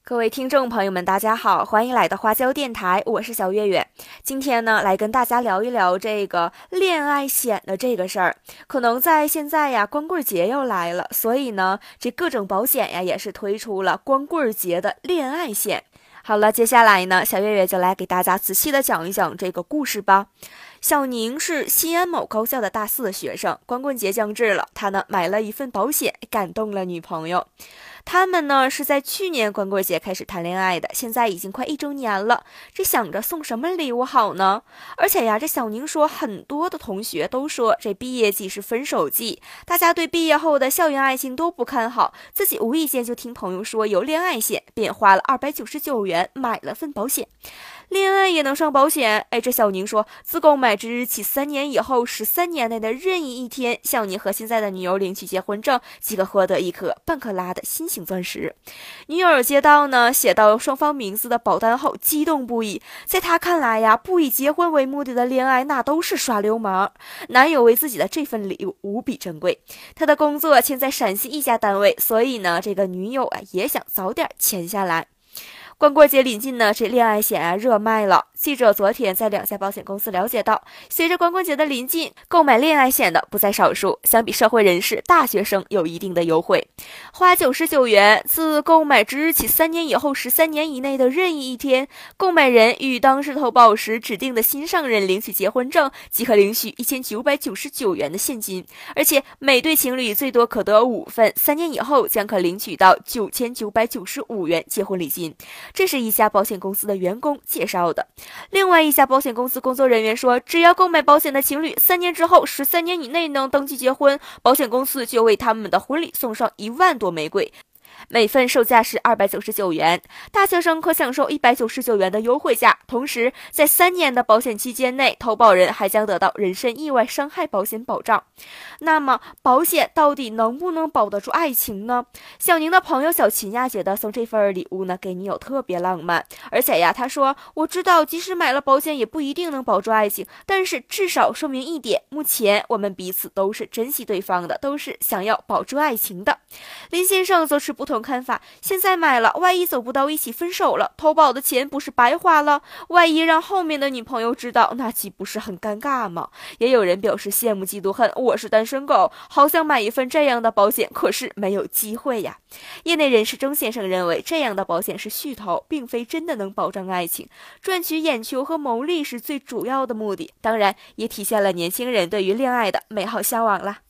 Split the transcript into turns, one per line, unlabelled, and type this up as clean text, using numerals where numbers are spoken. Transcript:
各位听众朋友们，大家好，欢迎来到花椒电台，我是小月月。今天呢，来跟大家聊一聊这个恋爱险的这个事儿。可能在现在呀，光棍节要来了，所以呢，这各种保险呀也是推出了光棍节的恋爱险。好了，接下来呢，小月月就来给大家仔细的讲一讲这个故事吧。小宁是西安某高校的大四的学生，光棍节将至了，他呢买了一份保险，感动了女朋友。他们呢是在去年光棍节开始谈恋爱的，现在已经快1周年了。这想着送什么礼物好呢？而且呀，这小宁说，很多的同学都说这毕业季是分手季，大家对毕业后的校园爱情都不看好。自己无意间就听朋友说有恋爱险，便花了299元买了份保险。恋爱也能上保险？这小宁说，自购买之日起3年以后13年内的任意一天，向您和现在的女友领取结婚证，即可获得一颗半克拉的新型钻石。女友接到呢写到双方名字的保单后，激动不已。在她看来呀，不以结婚为目的的恋爱那都是耍流氓。男友为自己的这份礼物无比珍贵，他的工作签在陕西一家单位，所以呢，这个女友也想早点签下来。光棍节临近呢，这恋爱险热卖了。记者昨天在2家保险公司了解到，随着光棍节的临近，购买恋爱险的不在少数。相比社会人士，大学生有一定的优惠，花99元，自购买之日起3年以后13年以内的任意一天，购买人与当时投保时指定的心上人领取结婚证，即可领取1999元的现金，而且每对情侣最多可得5份，3年以后将可领取到9995元结婚礼金。这是一家保险公司的员工介绍的。另外一家保险公司工作人员说，只要购买保险的情侣3年之后13年以内能登记结婚，保险公司就为他们的婚礼送上1万朵玫瑰，每份售价是299元，大学生可享受199元的优惠价。同时，在3年的保险期间内，投保人还将得到人身意外伤害保险保障。那么，保险到底能不能保得住爱情呢？小宁的朋友小秦呀，觉得送这份礼物呢，给女友特别浪漫。而且呀，他说，我知道即使买了保险也不一定能保住爱情，但是至少说明一点，目前我们彼此都是珍惜对方的，都是想要保住爱情的。林先生则是不同看法，现在买了，万一走不到一起分手了，投保的钱不是白花了？万一让后面的女朋友知道，那岂不是很尴尬吗？也有人表示羡慕嫉妒恨，我是单身狗，好想买一份这样的保险，可是没有机会呀。业内人士钟先生认为，这样的保险是噱头，并非真的能保障爱情，赚取眼球和牟利是最主要的目的，当然也体现了年轻人对于恋爱的美好向往啦。